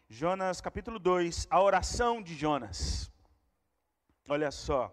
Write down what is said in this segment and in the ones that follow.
Jonas capítulo 2, a oração de Jonas. Olha só.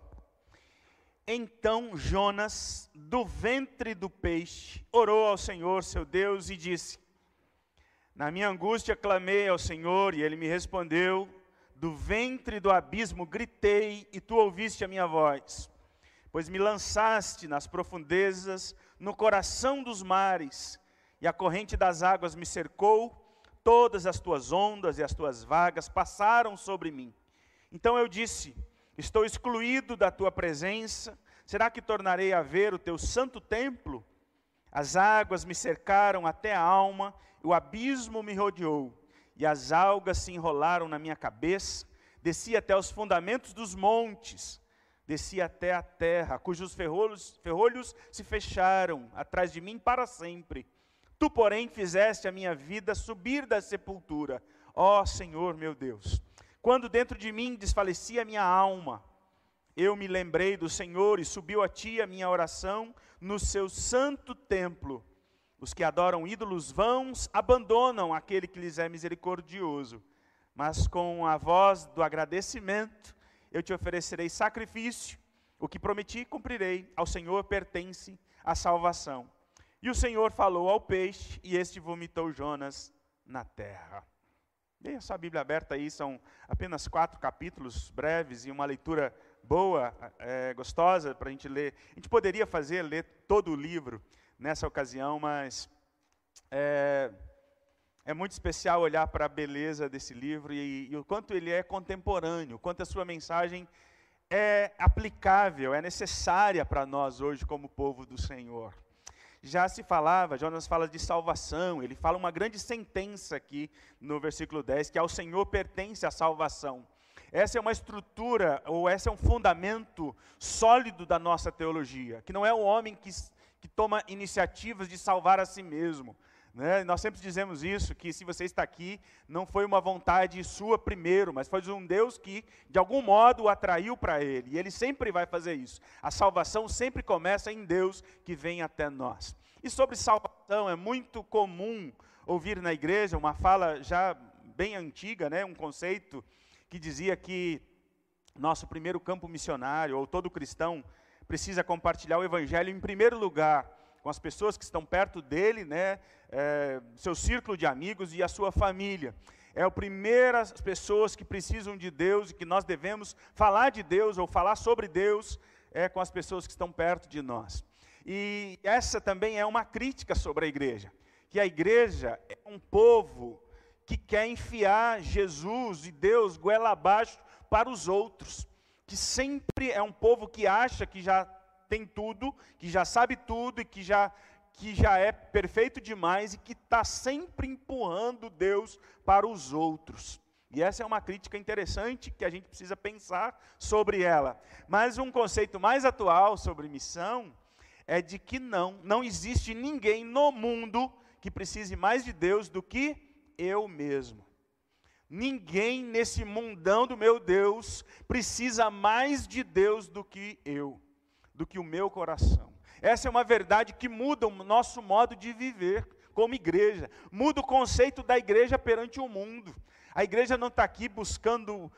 Então Jonas, do ventre do peixe, orou ao Senhor seu Deus e disse: Na minha angústia clamei ao Senhor e ele me respondeu. Do ventre do abismo gritei e tu ouviste a minha voz. Pois me lançaste nas profundezas, no coração dos mares, e a corrente das águas me cercou. Todas as tuas ondas e as tuas vagas passaram sobre mim. Então eu disse: estou excluído da tua presença. Será que tornarei a ver o teu santo templo? As águas me cercaram até a alma, o abismo me rodeou, e as algas se enrolaram na minha cabeça. Desci até os fundamentos dos montes, desci até a terra, cujos ferrolhos se fecharam atrás de mim para sempre. Tu, porém, fizeste a minha vida subir da sepultura, ó Senhor meu Deus. Quando dentro de mim desfalecia a minha alma, eu me lembrei do Senhor e subiu a ti a minha oração no seu santo templo. Os que adoram ídolos vãos abandonam aquele que lhes é misericordioso. Mas com a voz do agradecimento, eu te oferecerei sacrifício. O que prometi, cumprirei. Ao Senhor pertence a salvação. E o Senhor falou ao peixe, e este vomitou Jonas na terra. Deixa a sua Bíblia aberta aí, são apenas 4 capítulos breves e uma leitura boa, gostosa para a gente ler. A gente poderia ler todo o livro nessa ocasião, mas é muito especial olhar para a beleza desse livro e o quanto ele é contemporâneo, o quanto a sua mensagem é aplicável, é necessária para nós hoje como povo do Senhor. Já se falava, Jonas fala de salvação, ele fala uma grande sentença aqui no versículo 10, que ao Senhor pertence a salvação. Essa é uma estrutura, ou esse é um fundamento sólido da nossa teologia, que não é o homem que toma iniciativas de salvar a si mesmo. Né? Nós sempre dizemos isso, que se você está aqui, não foi uma vontade sua primeiro, mas foi um Deus que, de algum modo, o atraiu para Ele. E Ele sempre vai fazer isso. A salvação sempre começa em Deus que vem até nós. E sobre salvação, é muito comum ouvir na igreja uma fala já bem antiga, né? Um conceito que dizia que nosso primeiro campo missionário, ou todo cristão, precisa compartilhar o Evangelho em primeiro lugar, com as pessoas que estão perto dele, né, seu círculo de amigos e a sua família. É a primeira pessoas que precisam de Deus e que nós devemos falar de Deus ou falar sobre Deus com as pessoas que estão perto de nós. E essa também é uma crítica sobre a igreja, que a igreja é um povo que quer enfiar Jesus e Deus goela abaixo para os outros, que sempre é um povo que acha que já tem tudo, que já sabe tudo e que já é perfeito demais e que está sempre empurrando Deus para os outros. E essa é uma crítica interessante que a gente precisa pensar sobre ela. Mas um conceito mais atual sobre missão é de que não existe ninguém no mundo que precise mais de Deus do que eu mesmo. Ninguém nesse mundão do meu Deus precisa mais de Deus do que eu, do que o meu coração. Essa é uma verdade que muda o nosso modo de viver como igreja. Muda o conceito da igreja perante o mundo. A igreja não está aqui buscando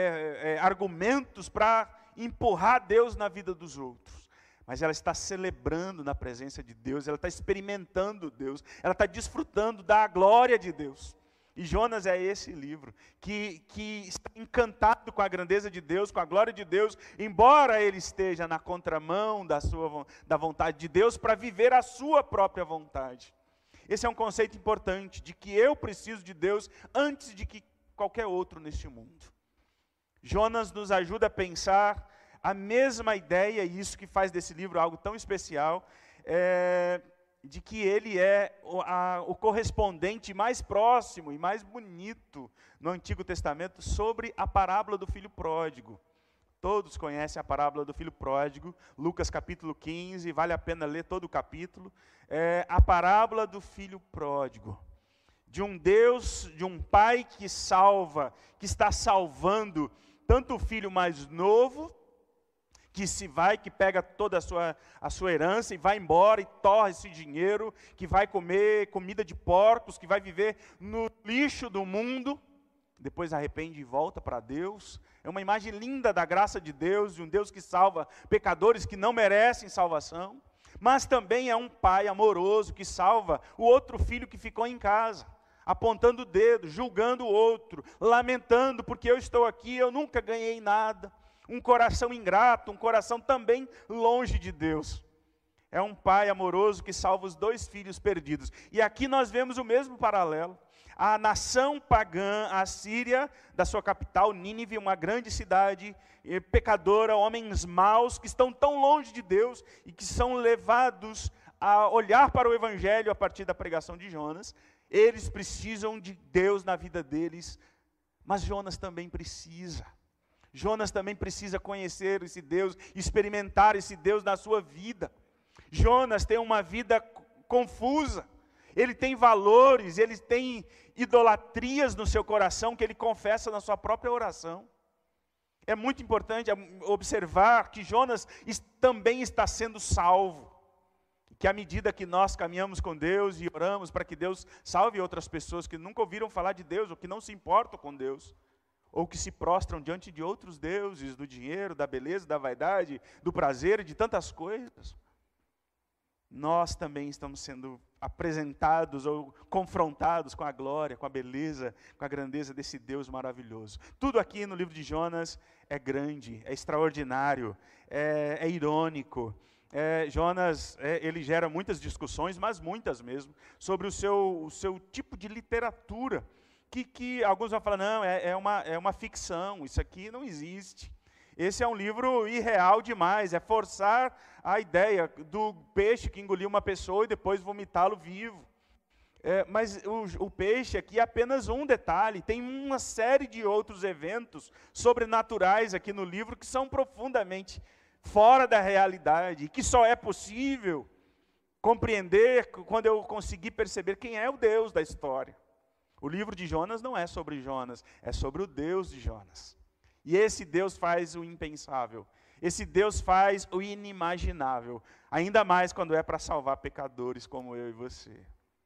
argumentos para empurrar Deus na vida dos outros. Mas ela está celebrando na presença de Deus, ela está experimentando Deus, ela está desfrutando da glória de Deus. E Jonas é esse livro, que está encantado com a grandeza de Deus, com a glória de Deus, embora ele esteja na contramão da vontade de Deus, para viver a sua própria vontade. Esse é um conceito importante, de que eu preciso de Deus antes de que qualquer outro neste mundo. Jonas nos ajuda a pensar a mesma ideia, e isso que faz desse livro algo tão especial, de que ele é o correspondente mais próximo e mais bonito no Antigo Testamento sobre a parábola do filho pródigo. Todos conhecem a parábola do filho pródigo, Lucas capítulo 15, vale a pena ler todo o capítulo. A parábola do filho pródigo, de um Deus, de um pai que salva, que está salvando tanto o filho mais novo, que pega toda a sua herança e vai embora e torra esse dinheiro, que vai comer comida de porcos, que vai viver no lixo do mundo, depois arrepende e volta para Deus. É uma imagem linda da graça de Deus, de um Deus que salva pecadores que não merecem salvação. Mas também é um pai amoroso que salva o outro filho que ficou em casa, apontando o dedo, julgando o outro, lamentando porque eu estou aqui, eu nunca ganhei nada. Um coração ingrato, um coração também longe de Deus. É um pai amoroso que salva os 2 filhos perdidos. E aqui nós vemos o mesmo paralelo. A nação pagã, a Síria, da sua capital, Nínive, uma grande cidade pecadora, homens maus que estão tão longe de Deus e que são levados a olhar para o Evangelho a partir da pregação de Jonas. Eles precisam de Deus na vida deles, mas Jonas também precisa. Jonas também precisa conhecer esse Deus, experimentar esse Deus na sua vida. Jonas tem uma vida confusa. Ele tem valores, ele tem idolatrias no seu coração que ele confessa na sua própria oração. É muito importante observar que Jonas também está sendo salvo. Que à medida que nós caminhamos com Deus e oramos para que Deus salve outras pessoas que nunca ouviram falar de Deus, ou que não se importam com Deus, ou que se prostram diante de outros deuses, do dinheiro, da beleza, da vaidade, do prazer e de tantas coisas, nós também estamos sendo apresentados ou confrontados com a glória, com a beleza, com a grandeza desse Deus maravilhoso. Tudo aqui no livro de Jonas é grande, é extraordinário, é irônico. Jonas, ele gera muitas discussões, mas muitas mesmo, sobre o seu tipo de literatura, que alguns vão falar, não, é uma ficção, isso aqui não existe. Esse é um livro irreal demais, é forçar a ideia do peixe que engoliu uma pessoa e depois vomitá-lo vivo. Mas o peixe aqui é apenas um detalhe, tem uma série de outros eventos sobrenaturais aqui no livro que são profundamente fora da realidade, que só é possível compreender quando eu conseguir perceber quem é o Deus da história. O livro de Jonas não é sobre Jonas, é sobre o Deus de Jonas. E esse Deus faz o impensável. Esse Deus faz o inimaginável. Ainda mais quando é para salvar pecadores como eu e você.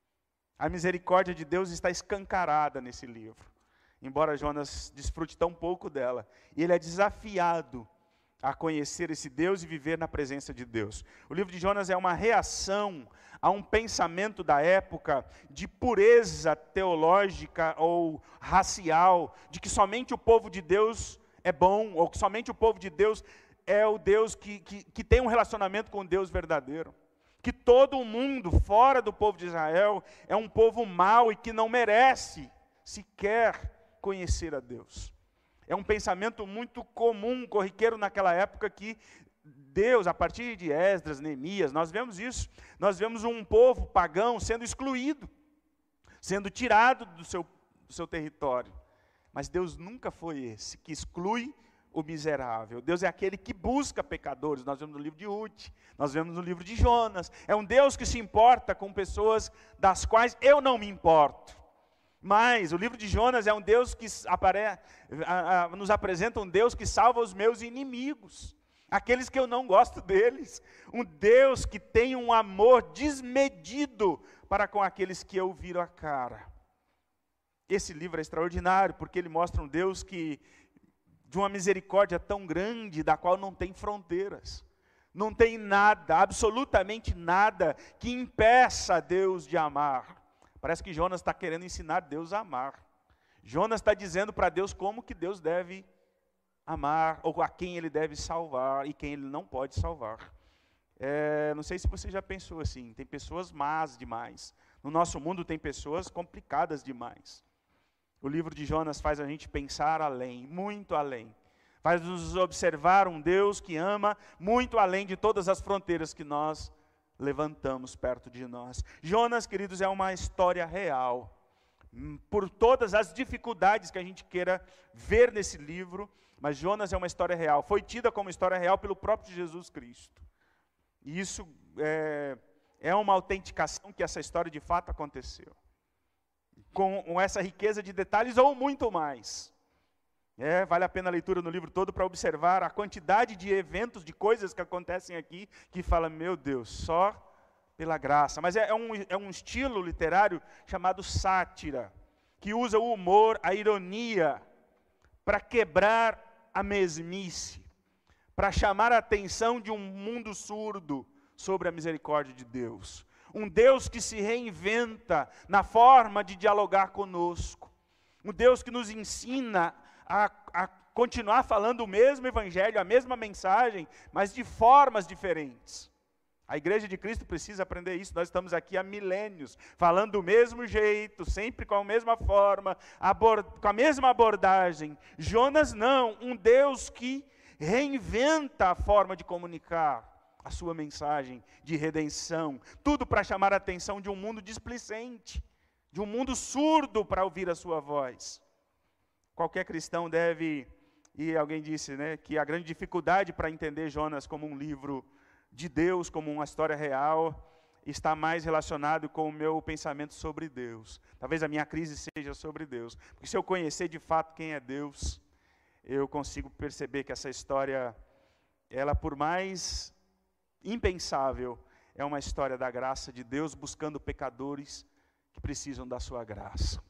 A misericórdia de Deus está escancarada nesse livro. Embora Jonas desfrute tão pouco dela. E ele é desafiado a conhecer esse Deus e viver na presença de Deus. O livro de Jonas é uma reação a um pensamento da época de pureza teológica ou racial, de que somente o povo de Deus é bom, ou que somente o povo de Deus é o Deus que tem um relacionamento com o Deus verdadeiro. Que todo o mundo fora do povo de Israel é um povo mau e que não merece sequer conhecer a Deus. É um pensamento muito comum, corriqueiro naquela época, que Deus, a partir de Esdras, Neemias, nós vemos isso. Nós vemos um povo pagão sendo excluído, sendo tirado do seu território. Mas Deus nunca foi esse que exclui o miserável. Deus é aquele que busca pecadores. Nós vemos no livro de Ruth, nós vemos no livro de Jonas. É um Deus que se importa com pessoas das quais eu não me importo. Mas o livro de Jonas é um Deus que nos apresenta um Deus que salva os meus inimigos, aqueles que eu não gosto deles. Um Deus que tem um amor desmedido para com aqueles que eu viro a cara. Esse livro é extraordinário porque ele mostra um Deus que, de uma misericórdia tão grande, da qual não tem fronteiras. Não tem nada, absolutamente nada, que impeça Deus de amar. Parece que Jonas está querendo ensinar Deus a amar. Jonas está dizendo para Deus como que Deus deve amar, ou a quem ele deve salvar e quem ele não pode salvar. Não sei se você já pensou assim, tem pessoas más demais. No nosso mundo tem pessoas complicadas demais. O livro de Jonas faz a gente pensar além, muito além. Faz nos observar um Deus que ama muito além de todas as fronteiras que nós levantamos perto de nós. Jonas, queridos, é uma história real. Por todas as dificuldades que a gente queira ver nesse livro, mas Jonas é uma história real. Foi tida como história real pelo próprio Jesus Cristo. E isso é uma autenticação que essa história de fato aconteceu. Com essa riqueza de detalhes ou muito mais. Vale a pena a leitura no livro todo para observar a quantidade de eventos, de coisas que acontecem aqui, que fala, meu Deus, só pela graça. Mas é um estilo literário chamado sátira. que usa o humor, a ironia, para quebrar a mesmice, para chamar a atenção de um mundo surdo sobre a misericórdia de Deus. Um Deus que se reinventa na forma de dialogar conosco. Um Deus que nos ensina a continuar falando o mesmo evangelho, a mesma mensagem, mas de formas diferentes. A Igreja de Cristo precisa aprender isso. Nós estamos aqui há milênios, falando do mesmo jeito, sempre com a mesma forma, com a mesma abordagem. Jonas não, um Deus que reinventa a forma de comunicar a sua mensagem de redenção. Tudo para chamar a atenção de um mundo displicente, de um mundo surdo para ouvir a sua voz. Qualquer cristão deve, e alguém disse, né, que a grande dificuldade para entender Jonas como um livro de Deus, como uma história real, está mais relacionado com o meu pensamento sobre Deus. Talvez a minha crise seja sobre Deus. Porque se eu conhecer de fato quem é Deus, eu consigo perceber que essa história, ela por mais impensável, é uma história da graça de Deus buscando pecadores que precisam da sua graça.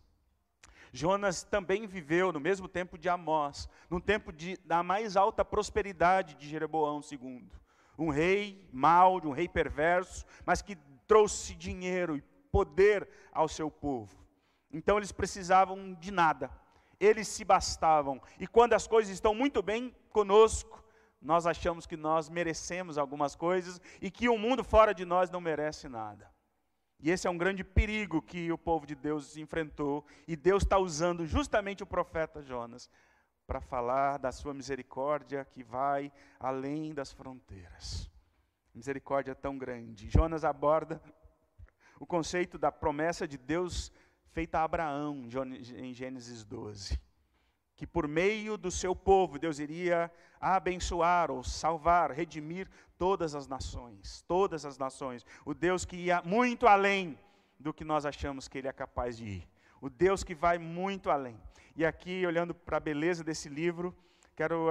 Jonas também viveu no mesmo tempo de Amós, no tempo da mais alta prosperidade de Jeroboão II. Um rei mau, um rei perverso, mas que trouxe dinheiro e poder ao seu povo. Então eles precisavam de nada, eles se bastavam. E quando as coisas estão muito bem conosco, nós achamos que nós merecemos algumas coisas e que o mundo fora de nós não merece nada. E esse é um grande perigo que o povo de Deus enfrentou, e Deus está usando justamente o profeta Jonas para falar da sua misericórdia que vai além das fronteiras. Misericórdia tão grande. Jonas aborda o conceito da promessa de Deus feita a Abraão, em Gênesis 12. Que por meio do seu povo, Deus iria abençoar ou salvar, redimir todas as nações. Todas as nações. O Deus que ia muito além do que nós achamos que Ele é capaz de ir. O Deus que vai muito além. E aqui, olhando para a beleza desse livro, quero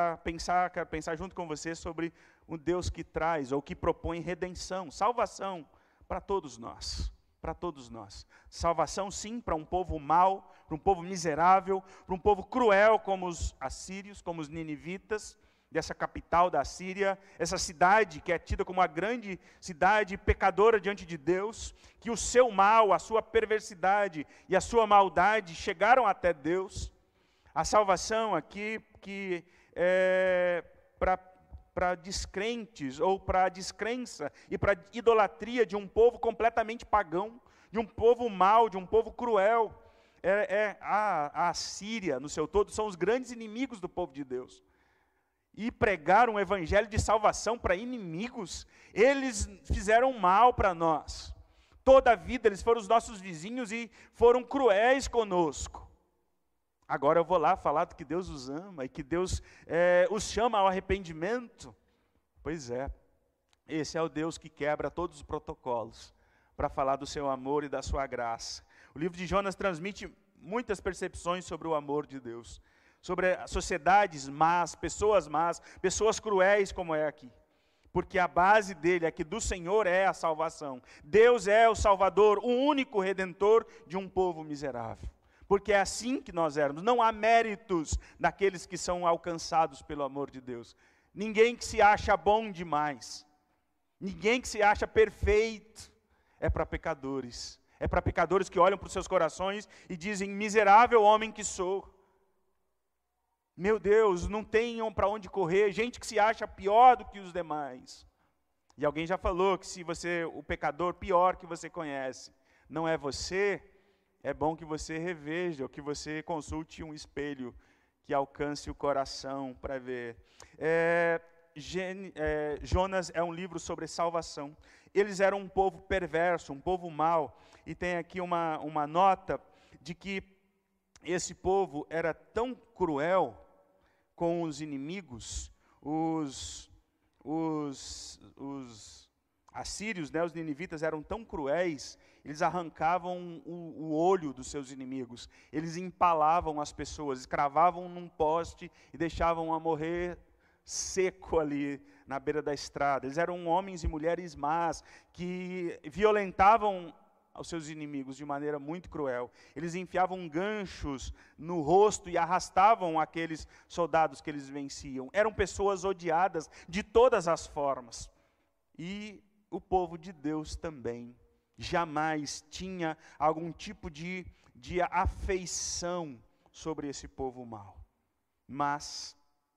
pensar junto com você sobre um Deus que traz ou que propõe redenção, salvação para todos nós. Para todos nós. Salvação sim para um povo mau, para um povo miserável, para um povo cruel como os assírios, como os ninivitas, dessa capital da Síria, essa cidade que é tida como uma grande cidade pecadora diante de Deus, que o seu mal, a sua perversidade e a sua maldade chegaram até Deus. A salvação aqui que é para descrentes, ou para a descrença e para a idolatria de um povo completamente pagão, de um povo mau, de um povo cruel. A Síria, no seu todo, são os grandes inimigos do povo de Deus. E pregar um evangelho de salvação para inimigos, eles fizeram mal para nós. Toda a vida eles foram os nossos vizinhos e foram cruéis conosco. Agora eu vou lá falar do que Deus os ama e que Deus os chama ao arrependimento. Pois é, esse é o Deus que quebra todos os protocolos para falar do seu amor e da sua graça. O livro de Jonas transmite muitas percepções sobre o amor de Deus, sobre sociedades más, pessoas cruéis como é aqui. Porque a base dele é que do Senhor é a salvação. Deus é o Salvador, o único Redentor de um povo miserável. Porque é assim que nós éramos. Não há méritos daqueles que são alcançados pelo amor de Deus. Ninguém que se acha bom demais. Ninguém que se acha perfeito. É para pecadores. É para pecadores que olham para os seus corações e dizem, miserável homem que sou. Meu Deus, não tenham para onde correr. Gente que se acha pior do que os demais. E alguém já falou que se o pecador pior que você conhece, não é você, é bom que você reveja, ou que você consulte um espelho que alcance o coração para ver. Jonas é um livro sobre salvação. Eles eram um povo perverso, um povo mau. E tem aqui uma nota de que esse povo era tão cruel com os inimigos, os assírios, né, os ninivitas eram tão cruéis, eles arrancavam o olho dos seus inimigos, eles empalavam as pessoas, escravavam num poste e deixavam-a morrer seco ali na beira da estrada. Eles eram homens e mulheres más, que violentavam aos seus inimigos de maneira muito cruel. Eles enfiavam ganchos no rosto e arrastavam aqueles soldados que eles venciam. Eram pessoas odiadas de todas as formas. E o povo de Deus também jamais tinha algum tipo de afeição sobre esse povo mau. Mas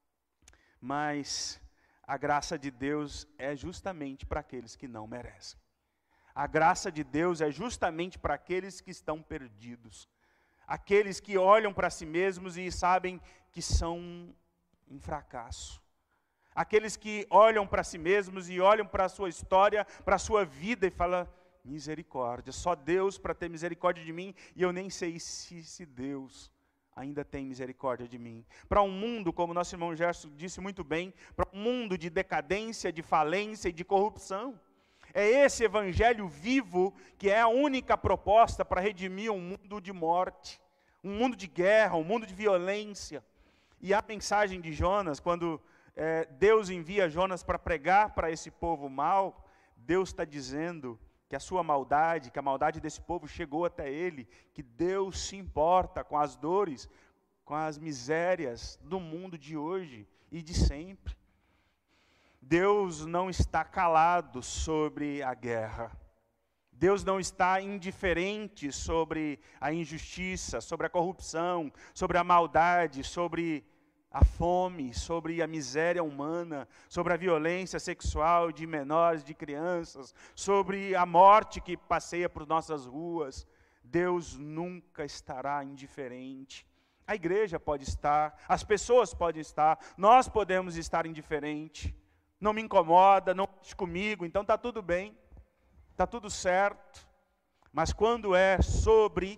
a graça de Deus é justamente para aqueles que não merecem. A graça de Deus é justamente para aqueles que estão perdidos. Aqueles que olham para si mesmos e sabem que são um fracasso. Aqueles que olham para si mesmos e olham para a sua história, para a sua vida e falam, misericórdia, só Deus para ter misericórdia de mim, e eu nem sei se Deus ainda tem misericórdia de mim. Para um mundo, como nosso irmão Gerson disse muito bem, para um mundo de decadência, de falência e de corrupção. É esse evangelho vivo que é a única proposta para redimir um mundo de morte, um mundo de guerra, um mundo de violência. E a mensagem de Jonas, quando Deus envia Jonas para pregar para esse povo mau, Deus está dizendo que a sua maldade, que a maldade desse povo chegou até ele, que Deus se importa com as dores, com as misérias do mundo de hoje e de sempre. Deus não está calado sobre a guerra. Deus não está indiferente sobre a injustiça, sobre a corrupção, sobre a maldade, sobre a fome, sobre a miséria humana, sobre a violência sexual de menores, de crianças, sobre a morte que passeia por nossas ruas. Deus nunca estará indiferente. A igreja pode estar, as pessoas podem estar, nós podemos estar indiferentes. Não me incomoda, não mexe comigo, então está tudo bem, está tudo certo. Mas quando é sobre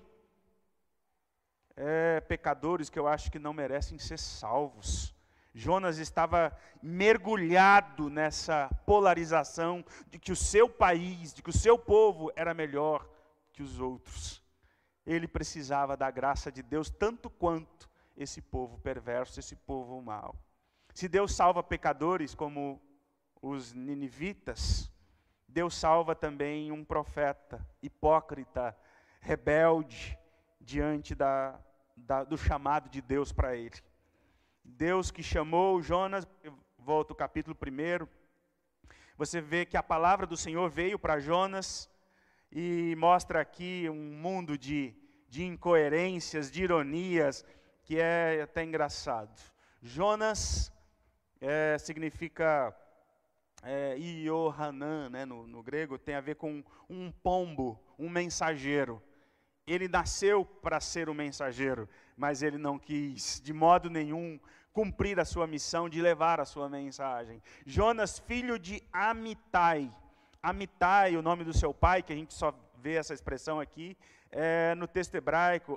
pecadores que eu acho que não merecem ser salvos. Jonas estava mergulhado nessa polarização de que o seu país, de que o seu povo era melhor que os outros. Ele precisava da graça de Deus tanto quanto esse povo perverso, esse povo mau. Se Deus salva pecadores como os ninivitas, Deus salva também um profeta hipócrita, rebelde, diante do chamado de Deus para ele. Deus que chamou Jonas, volta ao capítulo 1, você vê que a palavra do Senhor veio para Jonas e mostra aqui um mundo de incoerências, de ironias, que é até engraçado. Jonas significa Iohanan, né, no grego, tem a ver com um pombo, um mensageiro. Ele nasceu para ser um mensageiro, mas ele não quis, de modo nenhum, cumprir a sua missão de levar a sua mensagem. Jonas, filho de Amitai. Amitai, o nome do seu pai, que a gente só vê essa expressão aqui, no texto hebraico,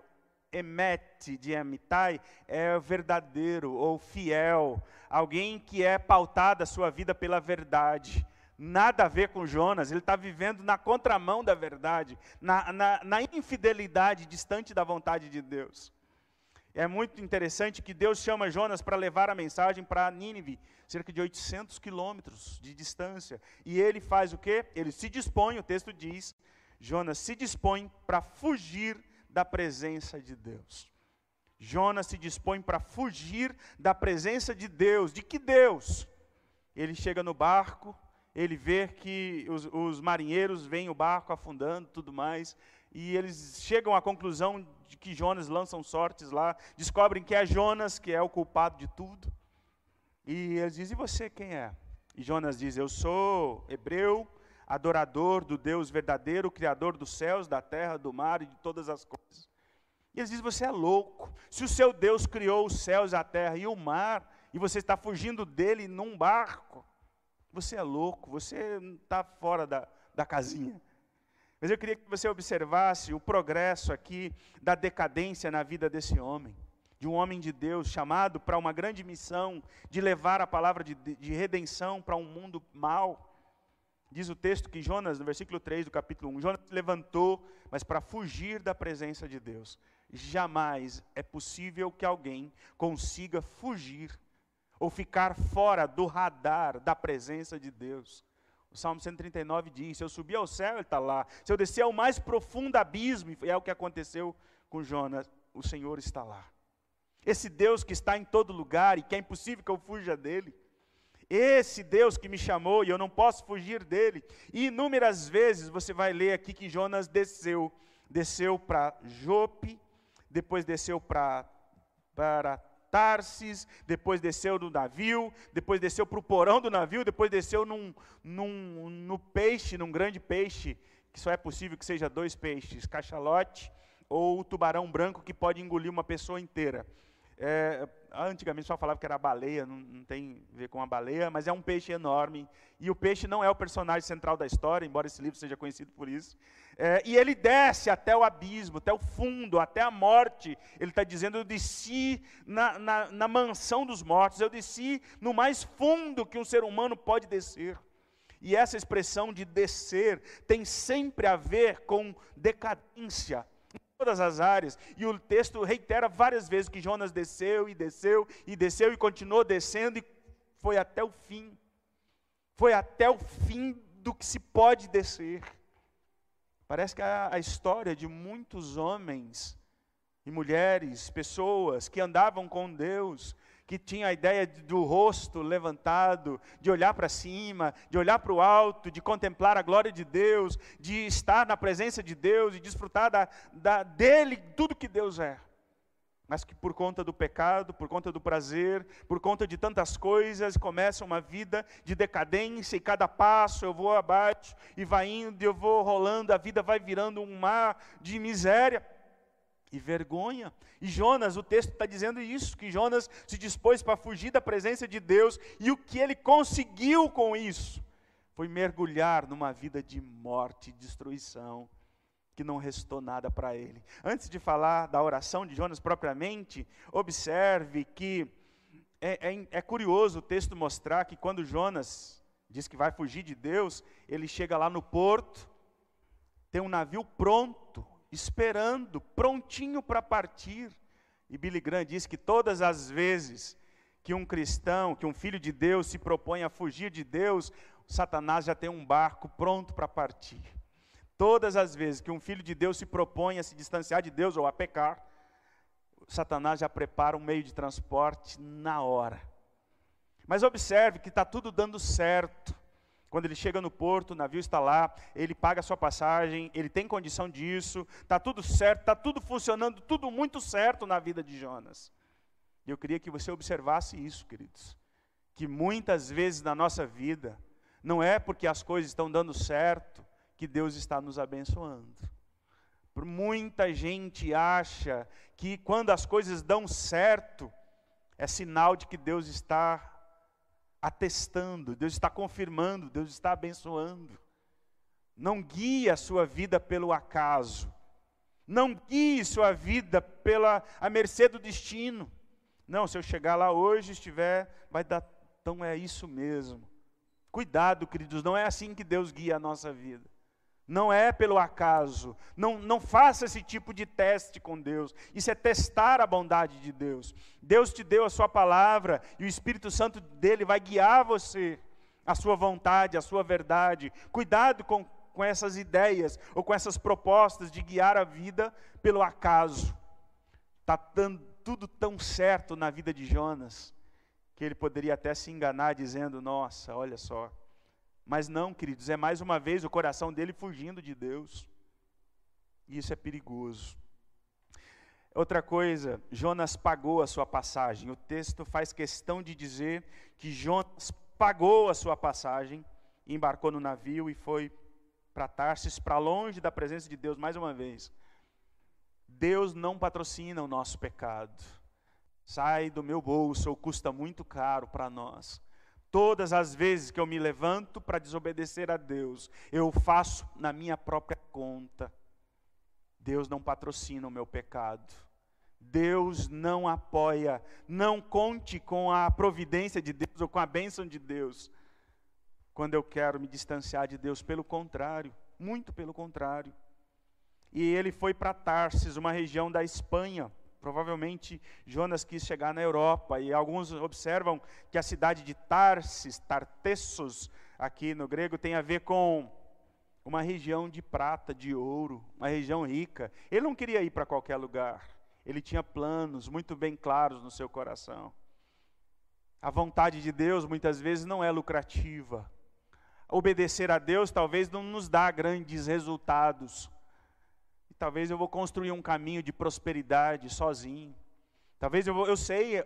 Emet, de Amitai, é verdadeiro ou fiel, alguém que é pautado a sua vida pela verdade. Nada a ver com Jonas, ele está vivendo na contramão da verdade, na infidelidade, distante da vontade de Deus. É muito interessante que Deus chama Jonas para levar a mensagem para Nínive, cerca de 800 quilômetros de distância. E ele faz o quê? Ele se dispõe, o texto diz, Jonas se dispõe para fugir da presença de Deus. Jonas se dispõe para fugir da presença de Deus. De que Deus? Ele chega no barco, ele vê que os marinheiros veem o barco afundando, tudo mais, e eles chegam à conclusão de que Jonas lançam sortes lá, descobrem que é Jonas que é o culpado de tudo, e eles dizem, e você quem é? E Jonas diz, eu sou hebreu, adorador do Deus verdadeiro, criador dos céus, da terra, do mar e de todas as coisas. E eles dizem, você é louco, se o seu Deus criou os céus, a terra e o mar, e você está fugindo dele num barco, você é louco, você está fora da casinha. Mas eu queria que você observasse o progresso aqui da decadência na vida desse homem. De um homem de Deus chamado para uma grande missão de levar a palavra de redenção para um mundo mau. Diz o texto que Jonas, no versículo 3 do capítulo 1, Jonas se levantou, mas para fugir da presença de Deus. Jamais é possível que alguém consiga fugir ou ficar fora do radar da presença de Deus. O Salmo 139 diz, se eu subir ao céu, ele está lá. Se eu descer ao mais profundo abismo, e é o que aconteceu com Jonas, o Senhor está lá. Esse Deus que está em todo lugar e que é impossível que eu fuja dele. Esse Deus que me chamou e eu não posso fugir dele. E inúmeras vezes você vai ler aqui que Jonas desceu para Jope, depois desceu para Tarsis, depois desceu no navio, depois desceu para o porão do navio, depois desceu no peixe, num grande peixe, que só é possível que seja 2 peixes, cachalote ou o tubarão branco que pode engolir uma pessoa inteira. Antigamente só falava que era baleia, não tem a ver com a baleia, mas é um peixe enorme, e o peixe não é o personagem central da história, embora esse livro seja conhecido por isso, e ele desce até o abismo, até o fundo, até a morte. Ele está dizendo, eu desci na mansão dos mortos, eu desci no mais fundo que um ser humano pode descer. E essa expressão de descer tem sempre a ver com decadência, todas as áreas, e o texto reitera várias vezes que Jonas desceu, e desceu, e desceu, e continuou descendo, e foi até o fim. Foi até o fim do que se pode descer. Parece que a história de muitos homens e mulheres, pessoas que andavam com Deus, que tinha a ideia do rosto levantado, de olhar para cima, de olhar para o alto, de contemplar a glória de Deus, de estar na presença de Deus e desfrutar dele, tudo que Deus é. Mas que por conta do pecado, por conta do prazer, por conta de tantas coisas, começa uma vida de decadência, e cada passo eu vou abaixo, e vai indo, eu vou rolando, a vida vai virando um mar de miséria e vergonha. E Jonas, o texto está dizendo isso, que Jonas se dispôs para fugir da presença de Deus, e o que ele conseguiu com isso foi mergulhar numa vida de morte e destruição, que não restou nada para ele. Antes de falar da oração de Jonas propriamente, observe que é curioso o texto mostrar que quando Jonas diz que vai fugir de Deus, ele chega lá no porto, tem um navio pronto, esperando, prontinho para partir. E Billy Graham diz que todas as vezes que um cristão, que um filho de Deus se propõe a fugir de Deus, Satanás já tem um barco pronto para partir. Todas as vezes que um filho de Deus se propõe a se distanciar de Deus ou a pecar, Satanás já prepara um meio de transporte na hora. Mas observe que está tudo dando certo. Quando ele chega no porto, o navio está lá, ele paga a sua passagem, ele tem condição disso, está tudo certo, está tudo funcionando, tudo muito certo na vida de Jonas. E eu queria que você observasse isso, queridos, que muitas vezes na nossa vida, não é porque as coisas estão dando certo, que Deus está nos abençoando. Muita gente acha que quando as coisas dão certo, é sinal de que Deus está atestando, Deus está confirmando, Deus está abençoando. Não guie a sua vida pelo acaso. Não guie sua vida à mercê do destino. Não, se eu chegar lá hoje, vai dar, então é isso mesmo. Cuidado, queridos, não é assim que Deus guia a nossa vida. Não é pelo acaso, não faça esse tipo de teste com Deus. Isso é testar a bondade de Deus. Deus te deu a sua palavra e o Espírito Santo dele vai guiar você, a sua vontade, a sua verdade. Cuidado com essas ideias ou com essas propostas de guiar a vida pelo acaso. Está dando tudo tão certo na vida de Jonas, que ele poderia até se enganar dizendo, nossa, olha só. Mas não, queridos, é mais uma vez o coração dele fugindo de Deus. E isso é perigoso. Outra coisa, Jonas pagou a sua passagem. O texto faz questão de dizer que Jonas pagou a sua passagem, embarcou no navio e foi para Tarsis, para longe da presença de Deus, mais uma vez. Deus não patrocina o nosso pecado. Sai do meu bolso ou custa muito caro para nós. Todas as vezes que eu me levanto para desobedecer a Deus, eu faço na minha própria conta. Deus não patrocina o meu pecado. Deus não apoia, não conte com a providência de Deus ou com a bênção de Deus. Quando eu quero me distanciar de Deus, pelo contrário, muito pelo contrário. E ele foi para Tarsis, uma região da Espanha. Provavelmente Jonas quis chegar na Europa, e alguns observam que a cidade de Tarsis, Tartessos, aqui no grego tem a ver com uma região de prata, de ouro, uma região rica. Ele não queria ir para qualquer lugar. Ele tinha planos muito bem claros no seu coração. A vontade de Deus muitas vezes não é lucrativa. Obedecer a Deus talvez não nos dá grandes resultados. E talvez eu vou construir um caminho de prosperidade sozinho. Talvez eu sei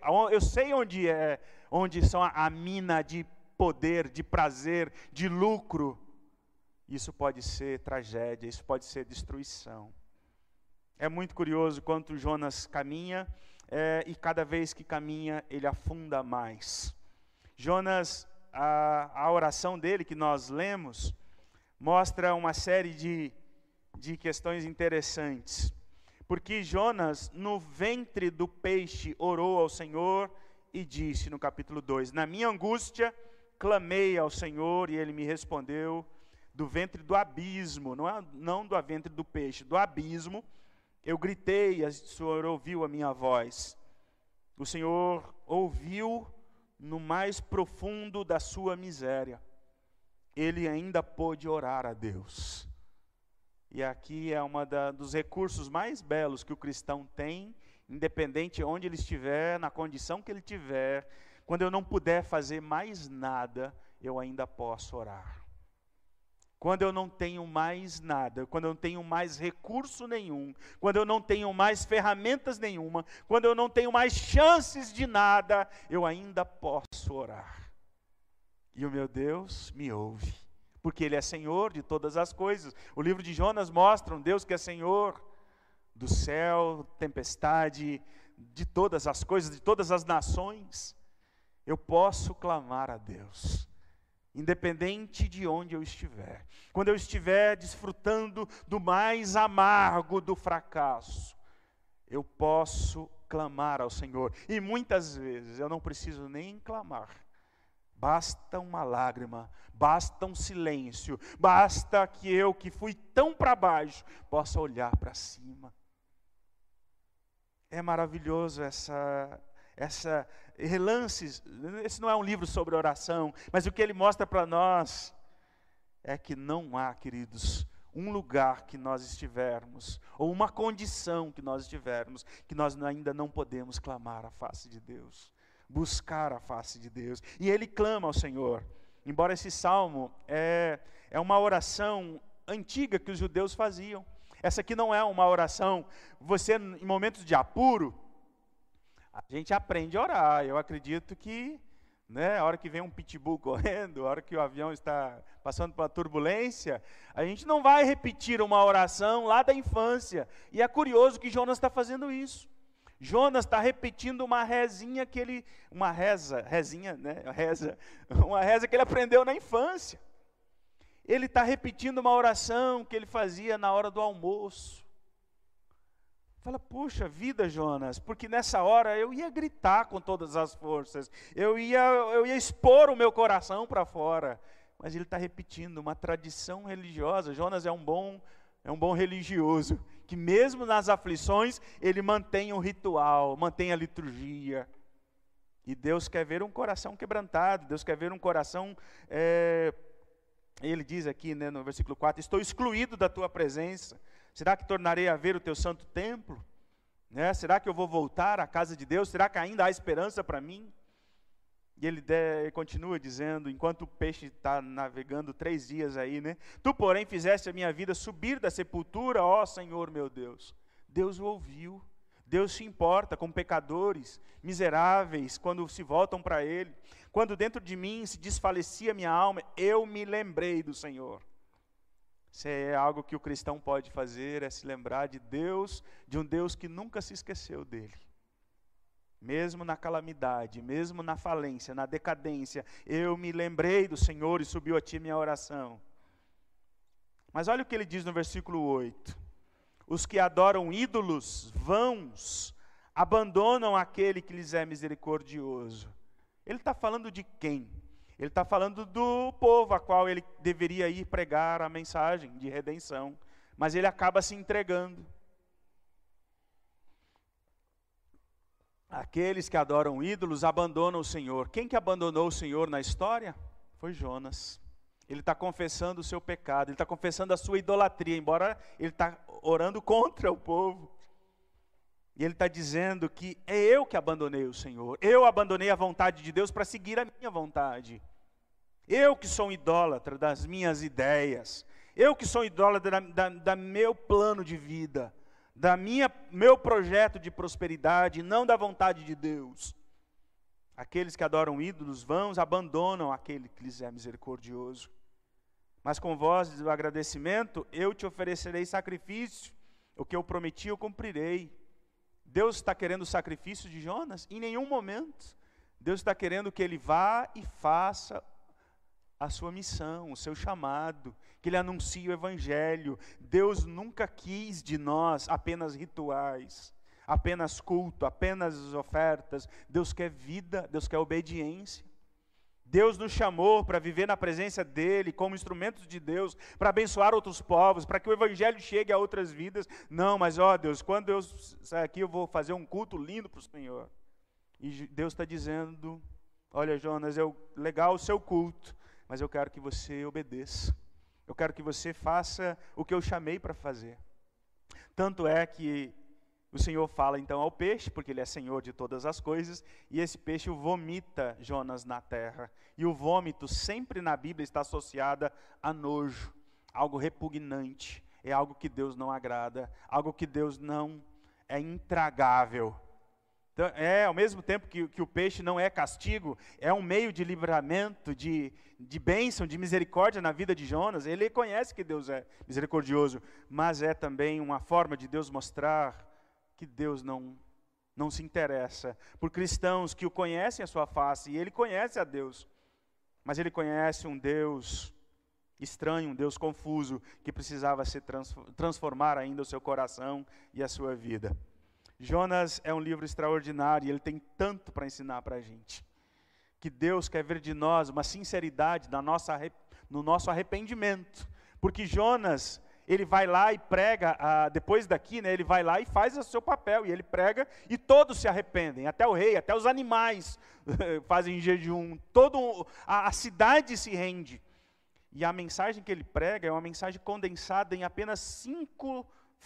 onde são a mina de poder, de prazer, de lucro. Isso pode ser tragédia, isso pode ser destruição. É muito curioso quanto Jonas caminha, e cada vez que caminha, ele afunda mais. Jonas, a oração dele que nós lemos, mostra uma série de questões interessantes. Porque Jonas, no ventre do peixe, orou ao Senhor e disse, no capítulo 2, na minha angústia, clamei ao Senhor e ele me respondeu do ventre do abismo, não do ventre do peixe, do abismo, eu gritei e o Senhor ouviu a minha voz. O Senhor ouviu no mais profundo da sua miséria. Ele ainda pôde orar a Deus. E aqui é dos recursos mais belos que o cristão tem, independente de onde ele estiver, na condição que ele tiver. Quando eu não puder fazer mais nada, eu ainda posso orar. Quando eu não tenho mais nada, quando eu não tenho mais recurso nenhum, quando eu não tenho mais ferramentas nenhuma, quando eu não tenho mais chances de nada, eu ainda posso orar. E o meu Deus me ouve, porque Ele é Senhor de todas as coisas. O livro de Jonas mostra um Deus que é Senhor do céu, tempestade, de todas as coisas, de todas as nações. Eu posso clamar a Deus. Independente de onde eu estiver, quando eu estiver desfrutando do mais amargo do fracasso, eu posso clamar ao Senhor. E muitas vezes eu não preciso nem clamar, basta uma lágrima, basta um silêncio, basta que eu, que fui tão para baixo, possa olhar para cima. É maravilhoso essa relances. Esse não é um livro sobre oração, mas o que ele mostra para nós é que não há, queridos, um lugar que nós estivermos, ou uma condição que nós estivermos, que nós ainda não podemos clamar a face de Deus, buscar a face de Deus. E ele clama ao Senhor. Embora esse salmo é uma oração antiga que os judeus faziam. Essa aqui não é uma oração, você em momentos de apuro, a gente aprende a orar. Eu acredito que, a hora que vem um pitbull correndo, a hora que o avião está passando por uma turbulência, a gente não vai repetir uma oração lá da infância. E é curioso que Jonas está fazendo isso. Jonas está repetindo uma rezinha uma reza que ele aprendeu na infância. Ele está repetindo uma oração que ele fazia na hora do almoço. Fala, puxa vida, Jonas, porque nessa hora eu ia gritar com todas as forças, eu ia expor o meu coração para fora, mas ele está repetindo uma tradição religiosa. Jonas é um bom religioso, que mesmo nas aflições, ele mantém o ritual, mantém a liturgia, e Deus quer ver um coração quebrantado, Deus quer ver um coração, ele diz aqui, no versículo 4, estou excluído da tua presença. Será que tornarei a ver o teu santo templo? Será que eu vou voltar à casa de Deus? Será que ainda há esperança para mim? E ele continua dizendo, enquanto o peixe está navegando 3 dias aí, tu, porém, fizeste a minha vida subir da sepultura, ó Senhor meu Deus. Deus o ouviu. Deus se importa com pecadores, miseráveis, quando se voltam para Ele. Quando dentro de mim se desfalecia minha alma, eu me lembrei do Senhor. Se é algo que o cristão pode fazer, é se lembrar de Deus, de um Deus que nunca se esqueceu dele. Mesmo na calamidade, mesmo na falência, na decadência, eu me lembrei do Senhor e subiu a ti minha oração. Mas olha o que ele diz no versículo 8. Os que adoram ídolos vãos, abandonam aquele que lhes é misericordioso. Ele está falando de quem? Ele está falando do povo a qual ele deveria ir pregar a mensagem de redenção, mas ele acaba se entregando. Aqueles que adoram ídolos abandonam o Senhor. Quem que abandonou o Senhor na história? Foi Jonas. Ele está confessando o seu pecado, ele está confessando a sua idolatria, embora ele está orando contra o povo. E ele está dizendo que é eu que abandonei o Senhor, eu abandonei a vontade de Deus para seguir a minha vontade. Eu que sou um idólatra das minhas ideias, eu que sou idólatra da meu plano de vida, meu projeto de prosperidade, não da vontade de Deus. Aqueles que adoram ídolos vãos abandonam aquele que lhes é misericordioso. Mas com voz de agradecimento, eu te oferecerei sacrifício, o que eu prometi eu cumprirei. Deus está querendo o sacrifício de Jonas? Em nenhum momento. Deus está querendo que ele vá e faça a sua missão, o seu chamado, que ele anuncie o evangelho. Deus nunca quis de nós apenas rituais, apenas culto, apenas ofertas. Deus quer vida, Deus quer obediência. Deus nos chamou para viver na presença dEle, como instrumentos de Deus, para abençoar outros povos, para que o evangelho chegue a outras vidas. Não, mas ó Deus, quando eu sair aqui eu vou fazer um culto lindo para o Senhor. E Deus está dizendo, olha Jonas, legal o seu culto, mas eu quero que você obedeça. Eu quero que você faça o que eu chamei para fazer. Tanto é que o Senhor fala então ao peixe, porque ele é Senhor de todas as coisas, e esse peixe vomita Jonas na terra. E o vômito sempre na Bíblia está associado a nojo, algo repugnante, é algo que Deus não agrada, algo que Deus não é intragável. Então, ao mesmo tempo que o peixe não é castigo, é um meio de livramento, de bênção, de misericórdia na vida de Jonas. Ele conhece que Deus é misericordioso, mas é também uma forma de Deus mostrar que Deus não se interessa por cristãos que o conhecem a sua face, e ele conhece a Deus, mas ele conhece um Deus estranho, um Deus confuso, que precisava transformar ainda o seu coração e a sua vida. Jonas é um livro extraordinário, e ele tem tanto para ensinar para a gente, que Deus quer ver de nós uma sinceridade no nosso arrependimento, porque Jonas, ele vai lá e prega, depois daqui, né, ele vai lá e faz o seu papel, e ele prega, e todos se arrependem, até o rei, até os animais fazem jejum, a cidade se rende. E a mensagem que ele prega é uma mensagem condensada em apenas 5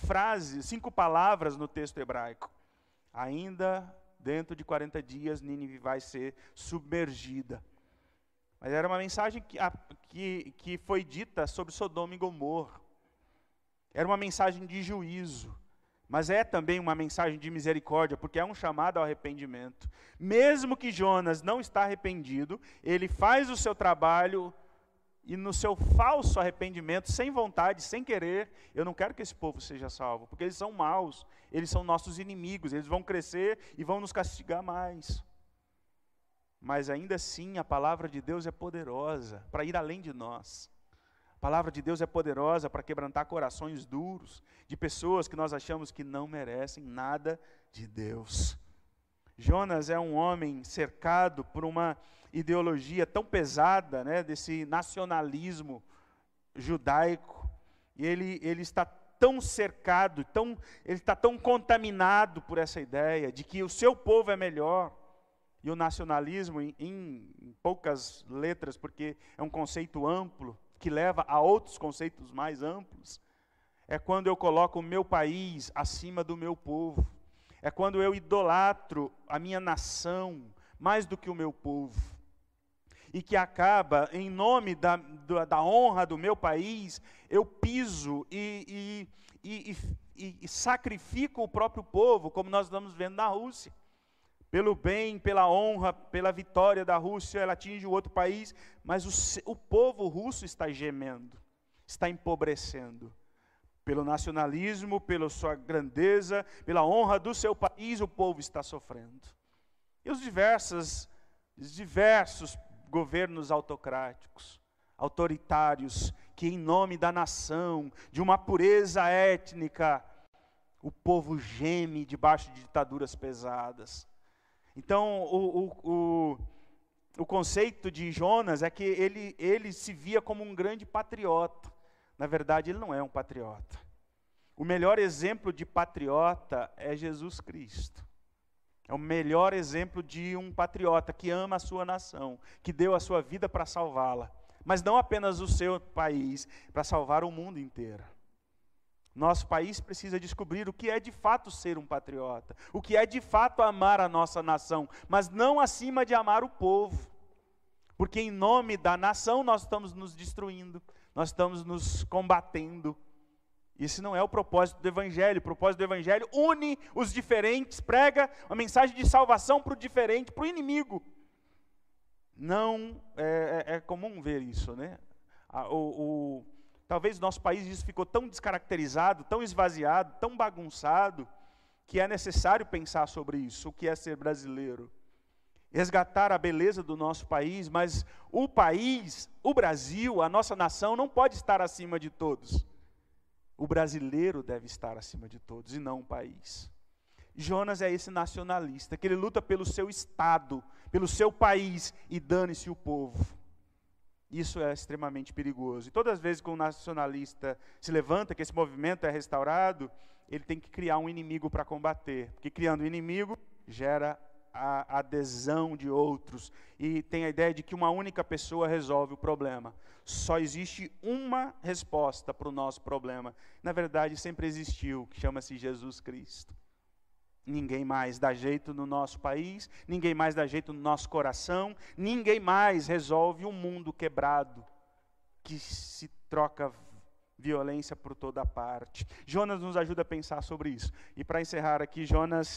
palavras no texto hebraico. Ainda dentro de 40 dias, Nínive vai ser submergida. Mas era uma mensagem que foi dita sobre Sodoma e Gomorra. Era uma mensagem de juízo, mas é também uma mensagem de misericórdia, porque é um chamado ao arrependimento. Mesmo que Jonas não está arrependido, ele faz o seu trabalho, e no seu falso arrependimento, sem vontade, sem querer, eu não quero que esse povo seja salvo, porque eles são maus, eles são nossos inimigos, eles vão crescer e vão nos castigar mais. Mas ainda assim, a palavra de Deus é poderosa para ir além de nós. A palavra de Deus é poderosa para quebrantar corações duros, de pessoas que nós achamos que não merecem nada de Deus. Jonas é um homem cercado por uma ideologia tão pesada, né, desse nacionalismo judaico, e ele está tão cercado, ele está tão contaminado por essa ideia de que o seu povo é melhor. E o nacionalismo, em poucas letras, porque é um conceito amplo, que leva a outros conceitos mais amplos, é quando eu coloco o meu país acima do meu povo, é quando eu idolatro a minha nação mais do que o meu povo, e que acaba, em nome da honra do meu país, eu piso e sacrifico o próprio povo, como nós estamos vendo na Rússia. Pelo bem, pela honra, pela vitória da Rússia, ela atinge o outro país, mas o povo russo está gemendo, está empobrecendo. Pelo nacionalismo, pela sua grandeza, pela honra do seu país, o povo está sofrendo. E os diversos governos autocráticos, autoritários, que em nome da nação, de uma pureza étnica, o povo geme debaixo de ditaduras pesadas. Então, o conceito de Jonas é que ele se via como um grande patriota. Na verdade, ele não é um patriota. O melhor exemplo de patriota é Jesus Cristo. É o melhor exemplo de um patriota que ama a sua nação, que deu a sua vida para salvá-la. Mas não apenas o seu país, para salvar o mundo inteiro. Nosso país precisa descobrir o que é de fato ser um patriota, o que é de fato amar a nossa nação, mas não acima de amar o povo. Porque em nome da nação nós estamos nos destruindo, nós estamos nos combatendo. Esse não é o propósito do Evangelho. O propósito do Evangelho une os diferentes, prega uma mensagem de salvação para o diferente, para o inimigo. Não é comum ver isso, né? Talvez o nosso país isso ficou tão descaracterizado, tão esvaziado, tão bagunçado, que é necessário pensar sobre isso, o que é ser brasileiro. Resgatar a beleza do nosso país, mas o país, o Brasil, a nossa nação não pode estar acima de todos. O brasileiro deve estar acima de todos e não o país. Jonas é esse nacionalista, que ele luta pelo seu estado, pelo seu país, e dane-se o povo. Isso é extremamente perigoso. E todas as vezes que um nacionalista se levanta, que esse movimento é restaurado, ele tem que criar um inimigo para combater. Porque criando um inimigo, gera a adesão de outros. E tem a ideia de que uma única pessoa resolve o problema. Só existe uma resposta para o nosso problema. Na verdade, sempre existiu, que chama-se Jesus Cristo. Ninguém mais dá jeito no nosso país, ninguém mais dá jeito no nosso coração, ninguém mais resolve um mundo quebrado, que se troca violência por toda parte. Jonas nos ajuda a pensar sobre isso. E para encerrar aqui,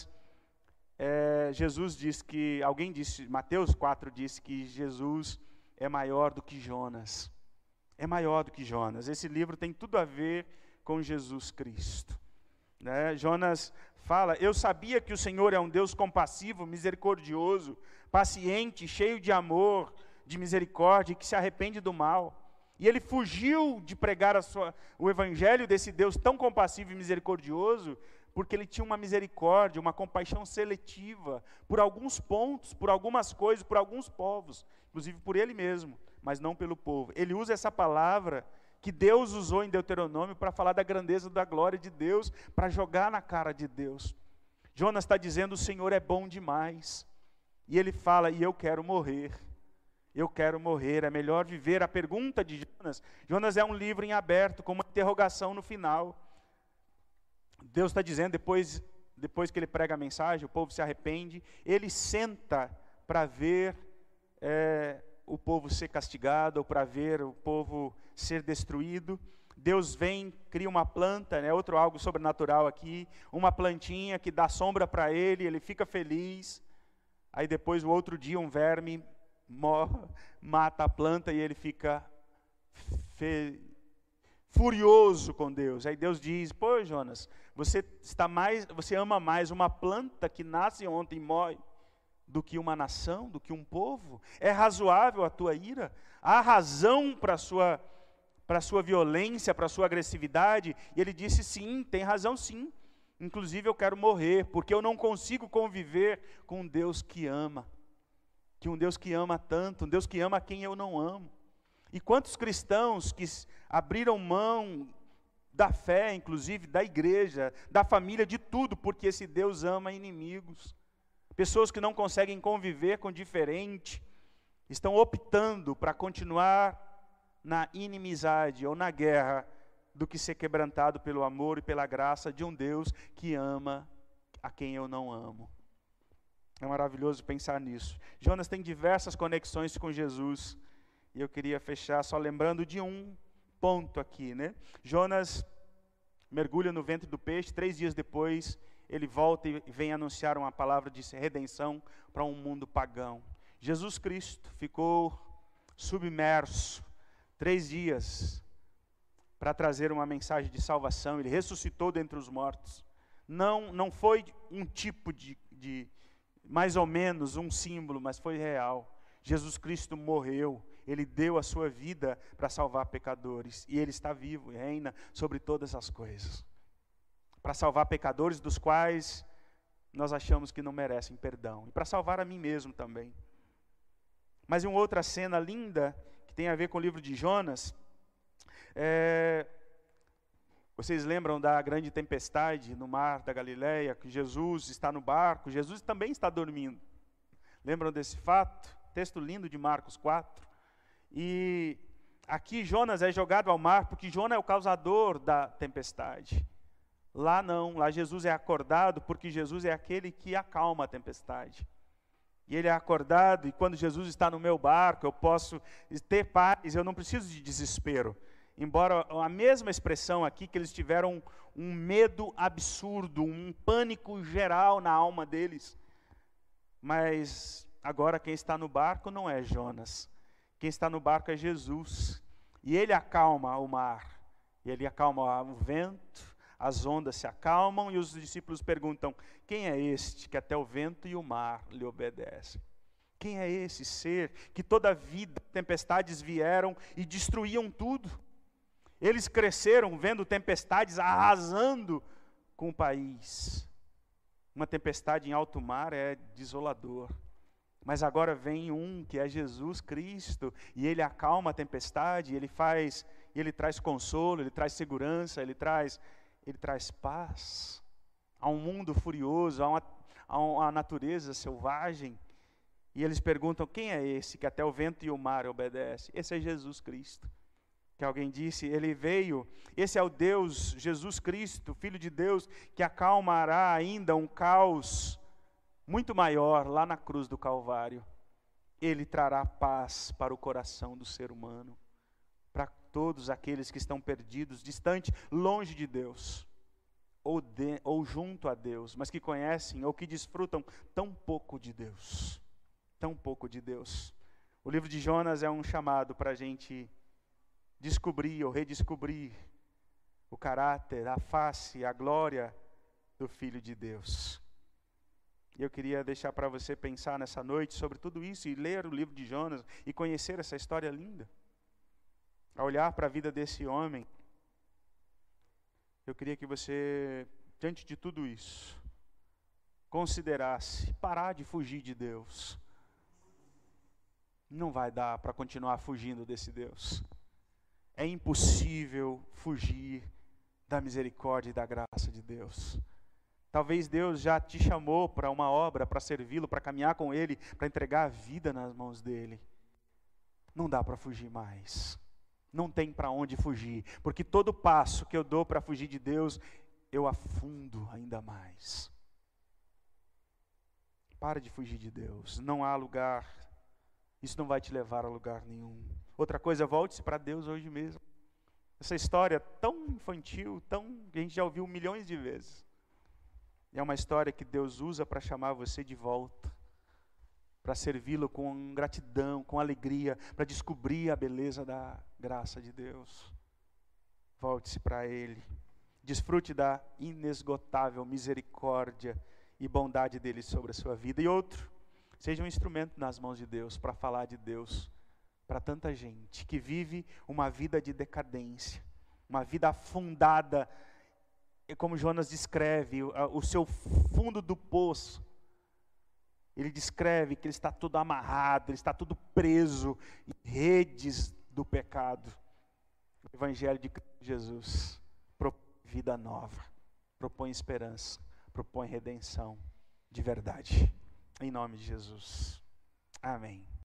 Jesus diz que, alguém disse, Mateus 4 disse que Jesus é maior do que Jonas. É maior do que Jonas. Esse livro tem tudo a ver com Jesus Cristo. Jonas fala: eu sabia que o Senhor é um Deus compassivo, misericordioso, paciente, cheio de amor, de misericórdia, que se arrepende do mal. E ele fugiu de pregar o evangelho desse Deus tão compassivo e misericordioso, porque ele tinha uma misericórdia, uma compaixão seletiva, por alguns pontos, por algumas coisas, por alguns povos, inclusive por ele mesmo, mas não pelo povo. Ele usa essa palavra que Deus usou em Deuteronômio para falar da grandeza da glória de Deus, para jogar na cara de Deus. Jonas está dizendo: o Senhor é bom demais. E ele fala: e eu quero morrer. Eu quero morrer, é melhor viver. A pergunta de Jonas é um livro em aberto, com uma interrogação no final. Deus está dizendo, depois que ele prega a mensagem, o povo se arrepende, ele senta para ver o povo ser castigado, ou para ver o povo ser destruído. Deus vem, cria uma planta, outro algo sobrenatural aqui, uma plantinha que dá sombra para ele fica feliz. Aí depois, o outro dia, um verme mata a planta e ele fica furioso com Deus. Aí Deus diz: pô, Jonas, você ama mais uma planta que nasce ontem e morre do que uma nação, do que um povo? É razoável a tua ira? Há razão para a sua violência, para a sua agressividade? E ele disse: sim, tem razão sim. Inclusive eu quero morrer, porque eu não consigo conviver com um Deus que ama. Que um Deus que ama tanto, um Deus que ama a quem eu não amo. E quantos cristãos que abriram mão da fé, inclusive da igreja, da família, de tudo, porque esse Deus ama inimigos. Pessoas que não conseguem conviver com o diferente, estão optando para continuar na inimizade ou na guerra, do que ser quebrantado pelo amor e pela graça de um Deus que ama a quem eu não amo. É maravilhoso pensar nisso. Jonas tem diversas conexões com Jesus, e eu queria fechar só lembrando de um ponto aqui, Jonas mergulha no ventre do peixe, 3 dias depois, ele volta e vem anunciar uma palavra de redenção para um mundo pagão. Jesus Cristo ficou submerso 3 dias para trazer uma mensagem de salvação. Ele ressuscitou dentre os mortos. Não foi um tipo de mais ou menos um símbolo, mas foi real. Jesus Cristo morreu, ele deu a sua vida para salvar pecadores, e ele está vivo e reina sobre todas as coisas, para salvar pecadores dos quais nós achamos que não merecem perdão, e para salvar a mim mesmo também. Mas em uma outra cena linda, que tem a ver com o livro de Jonas, vocês lembram da grande tempestade no mar da Galileia, que Jesus está no barco, Jesus também está dormindo. Lembram desse fato? Texto lindo de Marcos 4. E Aqui Jonas é jogado ao mar porque Jonas é o causador da tempestade. Lá não, lá Jesus é acordado porque Jesus é aquele que acalma a tempestade. E ele é acordado, e quando Jesus está no meu barco, eu posso ter paz, eu não preciso de desespero. Embora a mesma expressão aqui, que eles tiveram um medo absurdo, um pânico geral na alma deles. Mas agora quem está no barco não é Jonas. Quem está no barco é Jesus. E ele acalma o mar, ele acalma o vento, as ondas se acalmam e os discípulos perguntam: quem é este que até o vento e o mar lhe obedecem? Quem é esse ser que toda a vida tempestades vieram e destruíam tudo? Eles cresceram vendo tempestades arrasando com o país. Uma tempestade em alto mar é desolador. Mas agora vem um que é Jesus Cristo, e ele acalma a tempestade, ele traz consolo, ele traz segurança, ele traz paz a um mundo furioso, a uma natureza selvagem. E eles perguntam: quem é esse que até o vento e o mar obedece? Esse é Jesus Cristo. Que alguém disse, ele veio, esse é o Deus, Jesus Cristo, Filho de Deus, que acalmará ainda um caos muito maior lá na cruz do Calvário. Ele trará paz para o coração do ser humano, para todos aqueles que estão perdidos, distantes, longe de Deus, ou junto a Deus, mas que conhecem ou que desfrutam tão pouco de Deus. Tão pouco de Deus. O livro de Jonas é um chamado para a gente descobrir ou redescobrir o caráter, a face, a glória do Filho de Deus. E eu queria deixar para você pensar nessa noite sobre tudo isso e ler o livro de Jonas e conhecer essa história linda. A olhar para a vida desse homem, eu queria que você, diante de tudo isso, considerasse parar de fugir de Deus. Não vai dar para continuar fugindo desse Deus. É impossível fugir da misericórdia e da graça de Deus. Talvez Deus já te chamou para uma obra, para servi-lo, para caminhar com Ele, para entregar a vida nas mãos dEle. Não dá para fugir mais. Não tem para onde fugir, porque todo passo que eu dou para fugir de Deus, eu afundo ainda mais. Para de fugir de Deus, não há lugar, isso não vai te levar a lugar nenhum. Outra coisa, volte-se para Deus hoje mesmo. Essa história tão infantil, que a gente já ouviu milhões de vezes. É uma história que Deus usa para chamar você de volta, para servi-lo com gratidão, com alegria, para descobrir a beleza da graça de Deus. Volte-se para Ele, desfrute da inesgotável misericórdia e bondade dEle sobre a sua vida. E outro, seja um instrumento nas mãos de Deus, para falar de Deus para tanta gente que vive uma vida de decadência, uma vida afundada, como Jonas descreve, o seu fundo do poço. Ele descreve que ele está tudo amarrado, ele está tudo preso em redes do pecado. O Evangelho de Jesus propõe vida nova, propõe esperança, propõe redenção de verdade. Em nome de Jesus. Amém.